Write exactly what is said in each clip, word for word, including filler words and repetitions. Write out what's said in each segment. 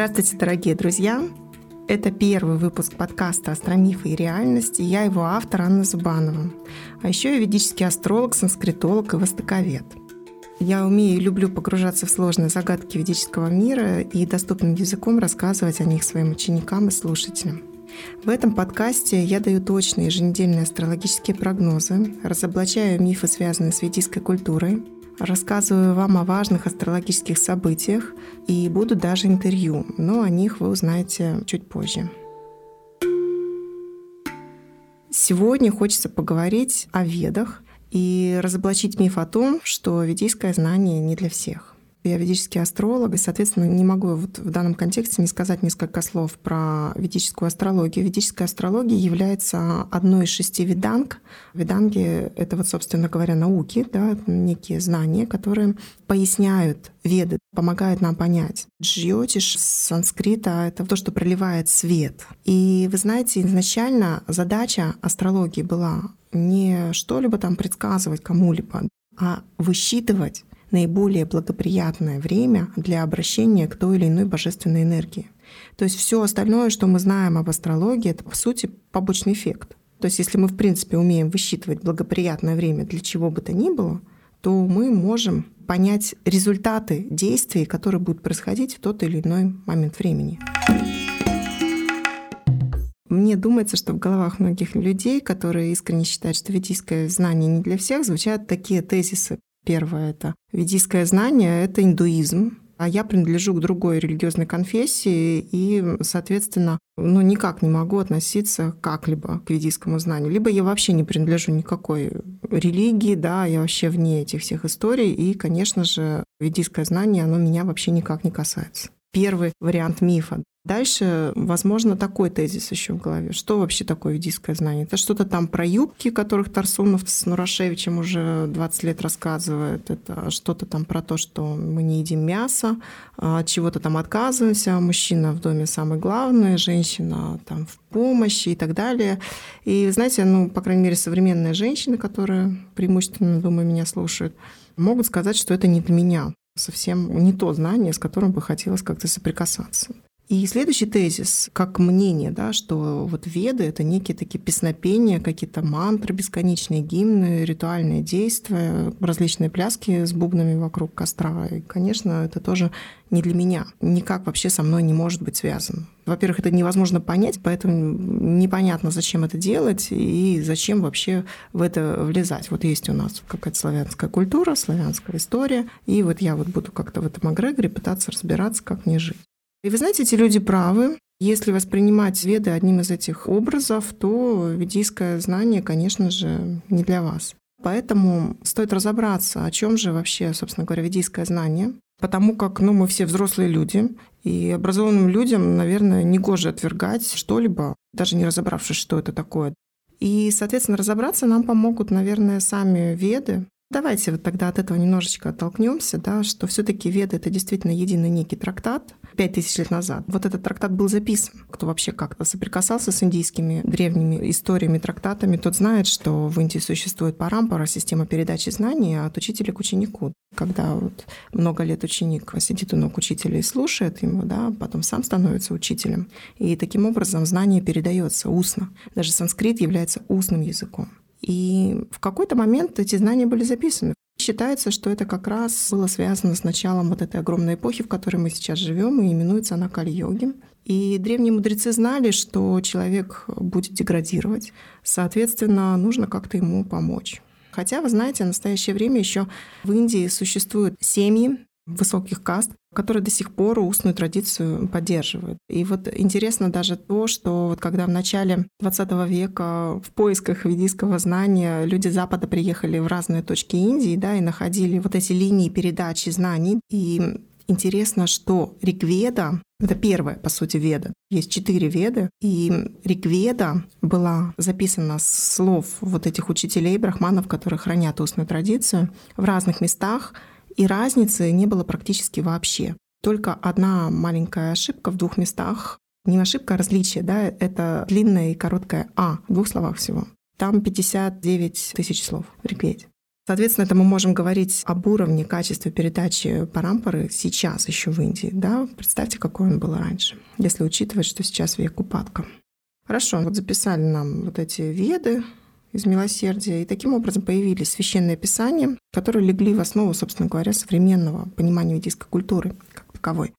Здравствуйте, дорогие друзья! Это первый выпуск подкаста «Астромифы и реальность», и я его автор Анна Зубанова. А еще я ведический астролог, санскритолог и востоковед. Я умею и люблю погружаться в сложные загадки ведического мира и доступным языком рассказывать о них своим ученикам и слушателям. В этом подкасте я даю точные еженедельные астрологические прогнозы, разоблачаю мифы, связанные с ведической культурой, рассказываю вам о важных астрологических событиях и буду даже интервью, но о них вы узнаете чуть позже. Сегодня хочется поговорить о ведах и разоблачить миф о том, что ведическое знание не для всех. Я ведический астролог, и, соответственно, не могу вот в данном контексте не сказать несколько слов про ведическую астрологию. Ведическая астрология является одной из шести веданг. Веданги — это, вот, собственно говоря, науки, да, некие знания, которые поясняют веды, помогают нам понять. Джьотиш с санскрита — это то, что проливает свет. И вы знаете, изначально задача астрологии была не что-либо там предсказывать кому-либо, а высчитывать наиболее благоприятное время для обращения к той или иной божественной энергии. То есть все остальное, что мы знаем об астрологии, это, по сути, побочный эффект. То есть если мы, в принципе, умеем высчитывать благоприятное время для чего бы то ни было, то мы можем понять результаты действий, которые будут происходить в тот или иной момент времени. Мне думается, что в головах многих людей, которые искренне считают, что ведическое знание не для всех, звучат такие тезисы. Первое — это ведическое знание — это индуизм, а я принадлежу к другой религиозной конфессии и, соответственно, ну, никак не могу относиться как-либо к ведическому знанию. Либо я вообще не принадлежу никакой религии, да, я вообще вне этих всех историй, и, конечно же, ведическое знание, оно меня вообще никак не касается. Первый вариант мифа. Дальше, возможно, такой тезис еще в голове. Что вообще такое ведическое знание? Это что-то там про юбки, которых Тарсунов с Нурашевичем уже двадцать лет рассказывает. Это что-то там про то, что мы не едим мясо, от чего-то там отказываемся. Мужчина в доме самый главный, женщина там в помощи и так далее. И, знаете, ну, по крайней мере, современные женщины, которые преимущественно, думаю, меня слушают, могут сказать, что это не для меня. Совсем не то знание, с которым бы хотелось как-то соприкасаться. И следующий тезис, как мнение, да, что вот веды — это некие такие песнопения, какие-то мантры, бесконечные гимны, ритуальные действия, различные пляски с бубнами вокруг костра. И, конечно, это тоже не для меня. Никак вообще со мной не может быть связано. Во-первых, это невозможно понять, поэтому непонятно, зачем это делать и зачем вообще в это влезать. Вот есть у нас какая-то славянская культура, славянская история, и вот я вот буду как-то в этом эгрегоре пытаться разбираться, как мне жить. И вы знаете, эти люди правы. Если воспринимать веды одним из этих образов, то ведическое знание, конечно же, не для вас. Поэтому стоит разобраться, о чем же вообще, собственно говоря, ведическое знание. Потому как ну, мы все взрослые люди, и образованным людям, наверное, негоже отвергать что-либо, даже не разобравшись, что это такое. И, соответственно, разобраться нам помогут, наверное, сами веды. Давайте вот тогда от этого немножечко оттолкнемся, да, что все-таки веды — это действительно единый некий трактат. Пять тысяч лет назад вот этот трактат был записан. Кто вообще как-то соприкасался с индийскими древними историями, трактатами, тот знает, что в Индии существует парампара, система передачи знаний от учителя к ученику. Когда вот много лет ученик сидит у ног учителя и слушает ему, да, потом сам становится учителем. И таким образом знание передается устно. Даже санскрит является устным языком. И в какой-то момент эти знания были записаны. Считается, что это как раз было связано с началом вот этой огромной эпохи, в которой мы сейчас живем, и именуется она Кали-йоги. И древние мудрецы знали, что человек будет деградировать, соответственно, нужно как-то ему помочь. Хотя, вы знаете, в настоящее время еще в Индии существуют семьи высоких каст, которые до сих пор устную традицию поддерживают. И вот интересно даже то, что вот когда в начале двадцатого века в поисках ведического знания люди Запада приехали в разные точки Индии, да, и находили вот эти линии передачи знаний. И интересно, что Ригведа — это первая, по сути, веда. Есть четыре веды, и Ригведа была записана с слов вот этих учителей, брахманов, которые хранят устную традицию, в разных местах, и разницы не было практически вообще. Только одна маленькая ошибка в двух местах. Не ошибка, а различие, да, это длинное и короткое «а» в двух словах всего. Там пятьдесят девять тысяч слов в Ригведе. Соответственно, это мы можем говорить об уровне качества передачи парампары сейчас еще в Индии. Да? Представьте, какой он был раньше, если учитывать, что сейчас век упадка. Хорошо, вот записали нам вот эти веды из милосердия, и таким образом появились священные писания, которые легли в основу, собственно говоря, современного понимания ведической культуры как таковой.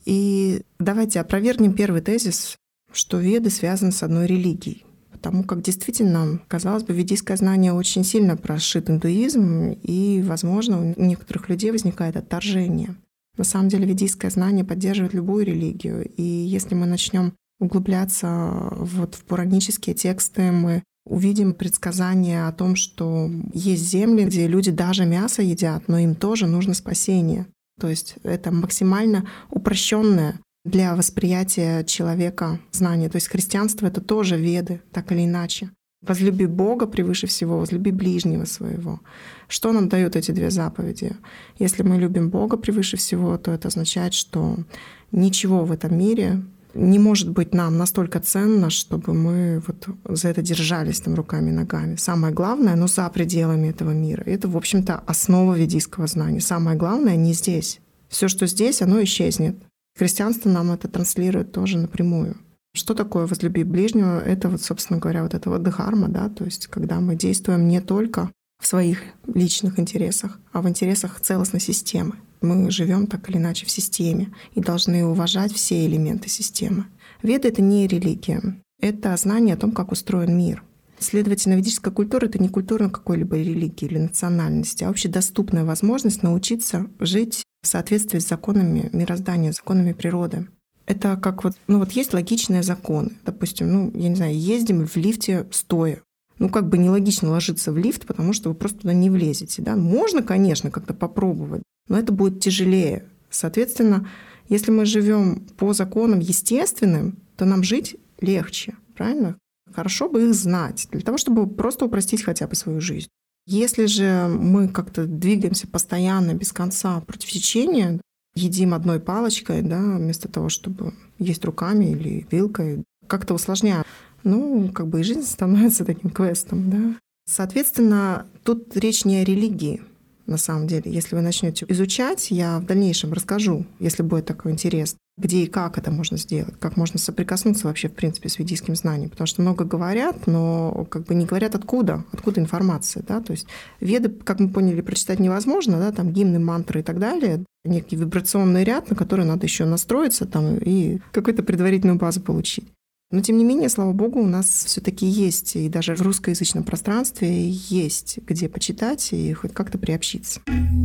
И давайте опровергнем первый тезис, что веды связаны с одной религией. Потому как действительно, казалось бы, ведическое знание очень сильно прошит индуизм, и, возможно, у некоторых людей возникает отторжение. На самом деле ведическое знание поддерживает любую религию. И если мы начнем углубляться вот в пуранические тексты, мы увидим предсказания о том, что есть земли, где люди даже мясо едят, но им тоже нужно спасение. То есть это максимально упрощенное для восприятия человека знания. То есть христианство — это тоже веды, так или иначе. Возлюби Бога превыше всего, возлюби ближнего своего. Что нам дают эти две заповеди? Если мы любим Бога превыше всего, то это означает, что ничего в этом мире не может быть нам настолько ценно, чтобы мы вот за это держались там руками и ногами. Самое главное, оно за пределами этого мира. Это, в общем-то, основа ведического знания. Самое главное не здесь. Все, что здесь, оно исчезнет. Христианство нам это транслирует тоже напрямую. Что такое возлюби ближнего? Это вот, собственно говоря, вот это вот дхарма, да, то есть когда мы действуем не только в своих личных интересах, а в интересах целостной системы. Мы живем так или иначе в системе и должны уважать все элементы системы. Веда — это не религия, это знание о том, как устроен мир. Следовательно, ведическая культура — это не культура какой-либо религии или национальности, а общедоступная возможность научиться жить в соответствии с законами мироздания, законами природы. Это как вот, ну вот есть логичные законы. Допустим, ну, я не знаю, ездим в лифте стоя. Ну, как бы нелогично ложиться в лифт, потому что вы просто туда не влезете. Да? Можно, конечно, как-то попробовать, но это будет тяжелее. Соответственно, если мы живем по законам естественным, то нам жить легче, правильно? Хорошо бы их знать, для того, чтобы просто упростить хотя бы свою жизнь. Если же мы как-то двигаемся постоянно, без конца, против течения, едим одной палочкой, да, вместо того, чтобы есть руками или вилкой, как-то усложняя, ну, как бы и жизнь становится таким квестом, да. Соответственно, тут речь не о религии, на самом деле. Если вы начнете изучать, я в дальнейшем расскажу, если будет такой интерес, где и как это можно сделать, как можно соприкоснуться вообще, в принципе, с ведическим знанием. Потому что много говорят, но как бы не говорят, откуда, откуда информация. Да? То есть веды, как мы поняли, прочитать невозможно, да? Там гимны, мантры и так далее, некий вибрационный ряд, на который надо еще настроиться там, и какую-то предварительную базу получить. Но, тем не менее, слава богу, у нас все-таки есть, и даже в русскоязычном пространстве есть где почитать и хоть как-то приобщиться.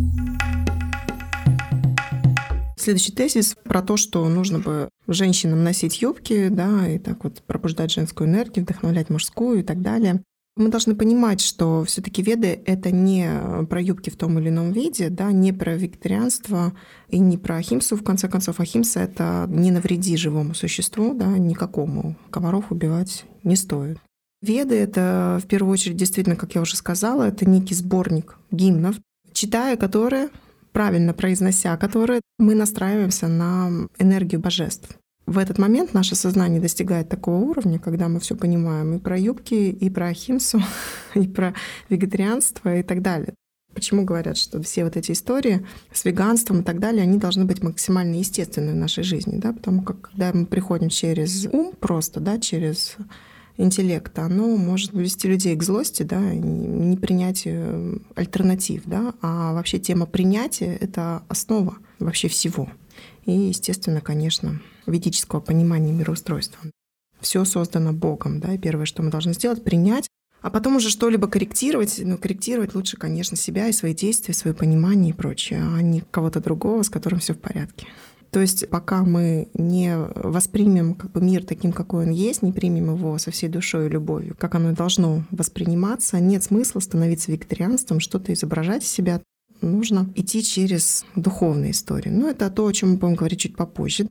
Следующий тезис про то, что нужно бы женщинам носить юбки, да, и так вот пробуждать женскую энергию, вдохновлять мужскую и так далее. Мы должны понимать, что все-таки веды — это не про юбки в том или ином виде, да, не про вегетарианство и не про ахимсу. В конце концов, ахимса — это не навреди живому существу, да, никакому. Комаров убивать не стоит. Веды — это, в первую очередь, действительно, как я уже сказала, это некий сборник гимнов, читая которые, правильно произнося которые, мы настраиваемся на энергию божеств. В этот момент наше сознание достигает такого уровня, когда мы все понимаем и про юбки, и про ахимсу, и про вегетарианство и так далее. Почему говорят, что все вот эти истории с веганством и так далее, они должны быть максимально естественны в нашей жизни, да? Потому как когда мы приходим через ум просто, да, через интеллект, оно может ввести людей к злости, да, непринятию альтернатив, да? А вообще тема принятия — это основа вообще всего. И, естественно, конечно, ведического понимания мироустройства. Все создано Богом, да, и первое, что мы должны сделать — принять, а потом уже что-либо корректировать. Но корректировать лучше, конечно, себя и свои действия, свое понимание и прочее, а не кого-то другого, с которым все в порядке. То есть пока мы не воспримем как бы мир таким, какой он есть, не примем его со всей душой и любовью, как оно и должно восприниматься, нет смысла становиться вегетарианством, что-то изображать из себя. Нужно идти через духовные истории. Но это то, о чем мы будем говорить чуть попозже.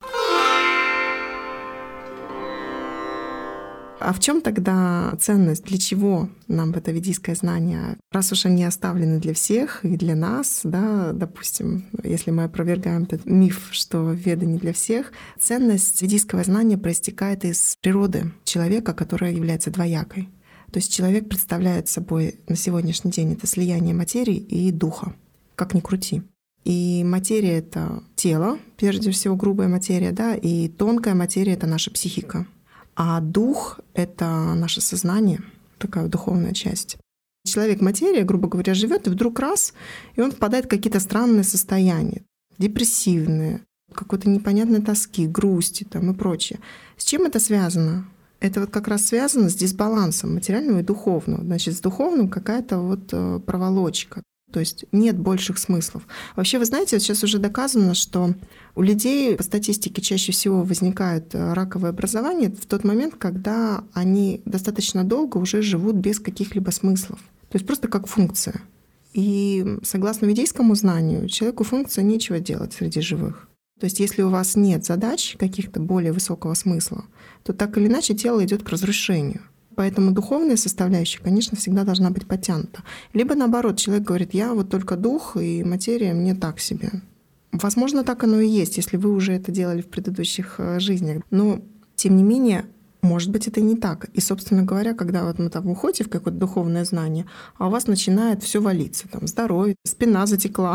А в чем тогда ценность? Для чего нам это ведическое знание? Раз уж они оставлены для всех и для нас, да, допустим, если мы опровергаем этот миф, что веды не для всех, ценность ведического знания проистекает из природы человека, которая является двоякой. То есть человек представляет собой на сегодняшний день это слияние материи и духа, как ни крути. И материя — это тело, прежде всего грубая материя, да, и тонкая материя — это наша психика. А дух — это наше сознание, такая духовная часть. Человек материя, грубо говоря, живет, и вдруг раз, и он впадает в какие-то странные состояния, депрессивные, какой-то непонятной тоски, грусти там и прочее. С чем это связано? Это вот как раз связано с дисбалансом материального и духовного. Значит, с духовным какая-то вот проволочка. То есть нет больших смыслов. Вообще, вы знаете, вот сейчас уже доказано, что у людей по статистике чаще всего возникают раковые образования в тот момент, когда они достаточно долго уже живут без каких-либо смыслов. То есть просто как функция. И согласно ведийскому знанию, человеку функция нечего делать среди живых. То есть если у вас нет задач каких-то более высокого смысла, то так или иначе тело идет к разрушению. Поэтому духовная составляющая, конечно, всегда должна быть подтянута. Либо наоборот, человек говорит: я вот только дух, и материя мне так себе. Возможно, так оно и есть, если вы уже это делали в предыдущих жизнях. Но, тем не менее, может быть, это и не так. И, собственно говоря, когда вот мы там уходите в какое-то духовное знание, а у вас начинает все валиться, там здоровье, спина затекла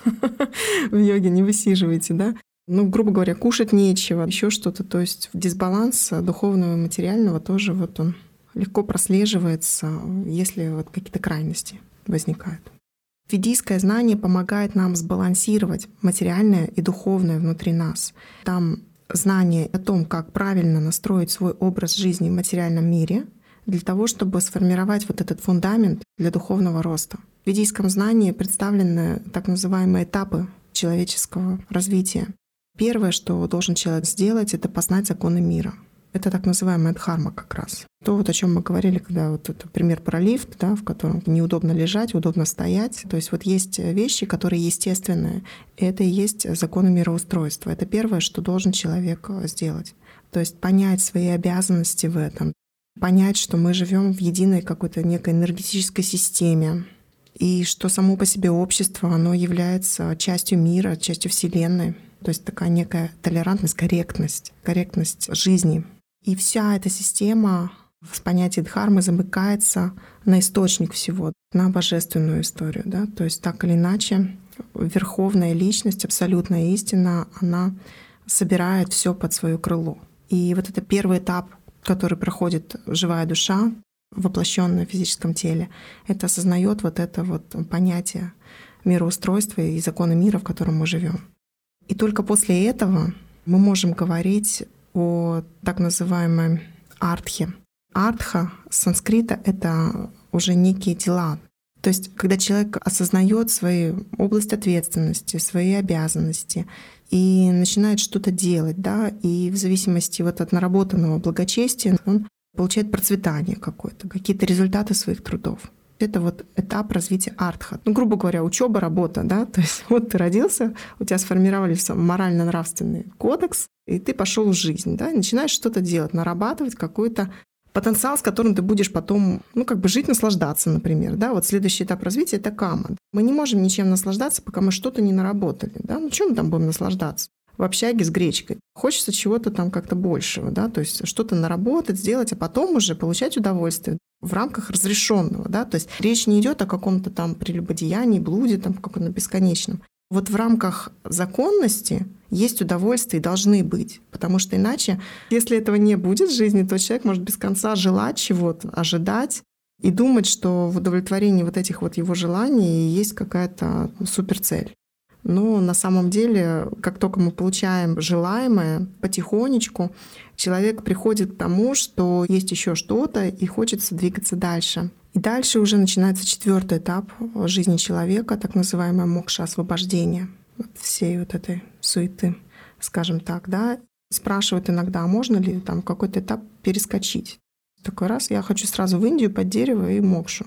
в йоге, не высиживаете, да? Ну, грубо говоря, кушать нечего, еще что-то. То есть дисбаланс духовного и материального тоже вот он легко прослеживается, если вот какие-то крайности возникают. Ведийское знание помогает нам сбалансировать материальное и духовное внутри нас. Там знание о том, как правильно настроить свой образ жизни в материальном мире для того, чтобы сформировать вот этот фундамент для духовного роста. В ведийском знании представлены так называемые этапы человеческого развития. Первое, что должен человек сделать, это познать законы мира. Это так называемая дхарма как раз. То, вот о чем мы говорили, когда вот это пример про лифт, да, в котором неудобно лежать, удобно стоять. То есть вот есть вещи, которые естественные, и это и есть законы мироустройства. Это первое, что должен человек сделать. То есть понять свои обязанности в этом, понять, что мы живем в единой какой-то некой энергетической системе, и что само по себе общество, оно является частью мира, частью Вселенной. То есть такая некая толерантность, корректность, корректность жизни. И вся эта система в понятии дхармы замыкается на источник всего, на божественную историю. Да? То есть так или иначе верховная личность, абсолютная истина, она собирает все под свое крыло. И вот это первый этап, который проходит живая душа, воплощенная в физическом теле, это осознает вот это вот понятие мироустройства и законы мира, в котором мы живем. И только после этого мы можем говорить о так называемой артхе. Артха с санскрита — это уже некие дела. То есть когда человек осознает свои область ответственности, свои обязанности и начинает что-то делать, да, и в зависимости вот от наработанного благочестия он получает процветание какое-то, какие-то результаты своих трудов. Это вот этап развития артха. Ну, грубо говоря, учеба, работа, да. То есть вот ты родился, у тебя сформировался морально-нравственный кодекс, и ты пошел в жизнь, да, и начинаешь что-то делать, нарабатывать какой-то потенциал, с которым ты будешь потом, ну, как бы жить, наслаждаться, например, да. Вот следующий этап развития — это кама. Мы не можем ничем наслаждаться, пока мы что-то не наработали, да. Ну, чем мы там будем наслаждаться? В общаге с гречкой. Хочется чего-то там как-то большего, да, то есть что-то наработать, сделать, а потом уже получать удовольствие в рамках разрешенного, да, то есть речь не идет о каком-то там прелюбодеянии, блуде, там каком-то бесконечном. Вот в рамках законности есть удовольствие и должны быть, потому что иначе, если этого не будет в жизни, то человек может без конца желать чего-то, ожидать и думать, что в удовлетворении вот этих вот его желаний есть какая-то суперцель. Но на самом деле, как только мы получаем желаемое, потихонечку человек приходит к тому, что есть еще что-то и хочется двигаться дальше. И дальше уже начинается четвертый этап жизни человека, так называемое мокша, освобождение от всей вот этой суеты, скажем так, да. Спрашивают иногда, а можно ли там какой-то этап перескочить. Такой раз, я хочу сразу в Индию под дерево и мокшу.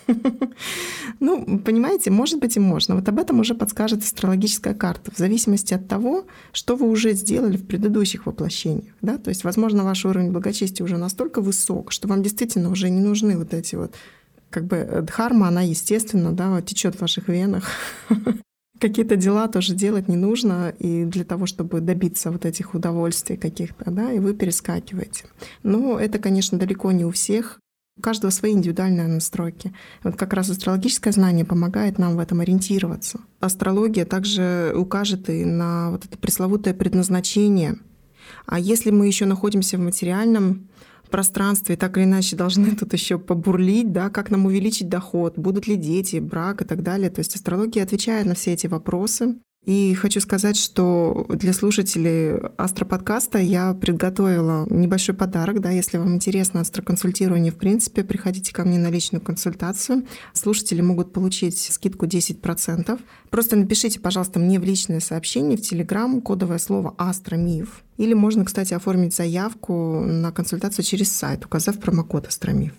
Ну, понимаете, может быть и можно. Вот об этом уже подскажет астрологическая карта, в зависимости от того, что вы уже сделали в предыдущих воплощениях. Да? То есть, возможно, ваш уровень благочестия уже настолько высок, что вам действительно уже не нужны вот эти вот, как бы дхарма, она, естественно, да, течет в ваших венах. Какие-то дела тоже делать не нужно, и для того, чтобы добиться вот этих удовольствий каких-то, да, и вы перескакиваете. Но это, конечно, далеко не у всех. У каждого свои индивидуальные настройки. Вот как раз астрологическое знание помогает нам в этом ориентироваться. Астрология также укажет и на вот это пресловутое предназначение. А если мы еще находимся в материальном пространстве, так или иначе должны тут еще побурлить, да, как нам увеличить доход, будут ли дети, брак и так далее. То есть астрология отвечает на все эти вопросы. И хочу сказать, что для слушателей астроподкаста я приготовила небольшой подарок. Да, если вам интересно астроконсультирование в принципе, приходите ко мне на личную консультацию. Слушатели могут получить скидку десять процентов. Просто напишите, пожалуйста, мне в личное сообщение в Телеграм кодовое слово «Астромиф». Или можно, кстати, оформить заявку на консультацию через сайт, указав промокод «Астромиф».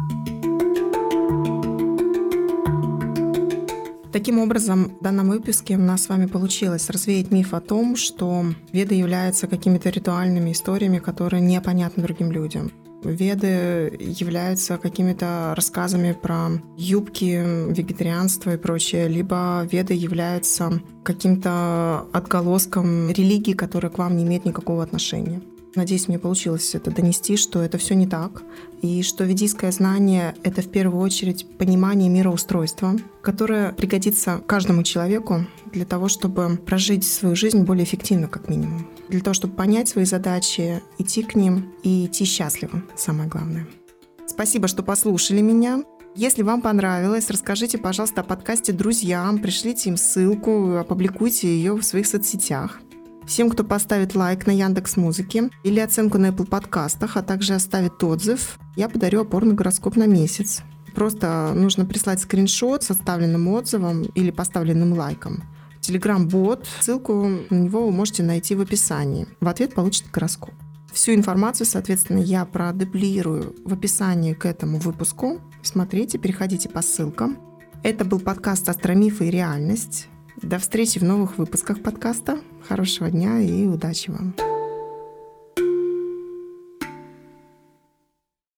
Таким образом, в данном выпуске у нас с вами получилось развеять миф о том, что Веды являются какими-то ритуальными историями, которые непонятны другим людям. Веды являются какими-то рассказами про юбки, вегетарианство и прочее, либо Веды являются каким-то отголоском религии, которая к вам не имеет никакого отношения. Надеюсь, мне получилось это донести, что это все не так, и что ведийское знание — это в первую очередь понимание мироустройства, которое пригодится каждому человеку для того, чтобы прожить свою жизнь более эффективно, как минимум. Для того, чтобы понять свои задачи, идти к ним и идти счастливо, самое главное. Спасибо, что послушали меня. Если вам понравилось, расскажите, пожалуйста, о подкасте друзьям, пришлите им ссылку, опубликуйте ее в своих соцсетях. Всем, кто поставит лайк на Яндекс.Музыке или оценку на Apple подкастах, а также оставит отзыв, я подарю опорный гороскоп на месяц. Просто нужно прислать скриншот с оставленным отзывом или поставленным лайком. Телеграм-бот, ссылку на него вы можете найти в описании. В ответ получите гороскоп. Всю информацию, соответственно, я продублирую в описании к этому выпуску. Смотрите, переходите по ссылкам. Это был подкаст «Астромифы и реальность». До встречи в новых выпусках подкаста. Хорошего дня и удачи вам!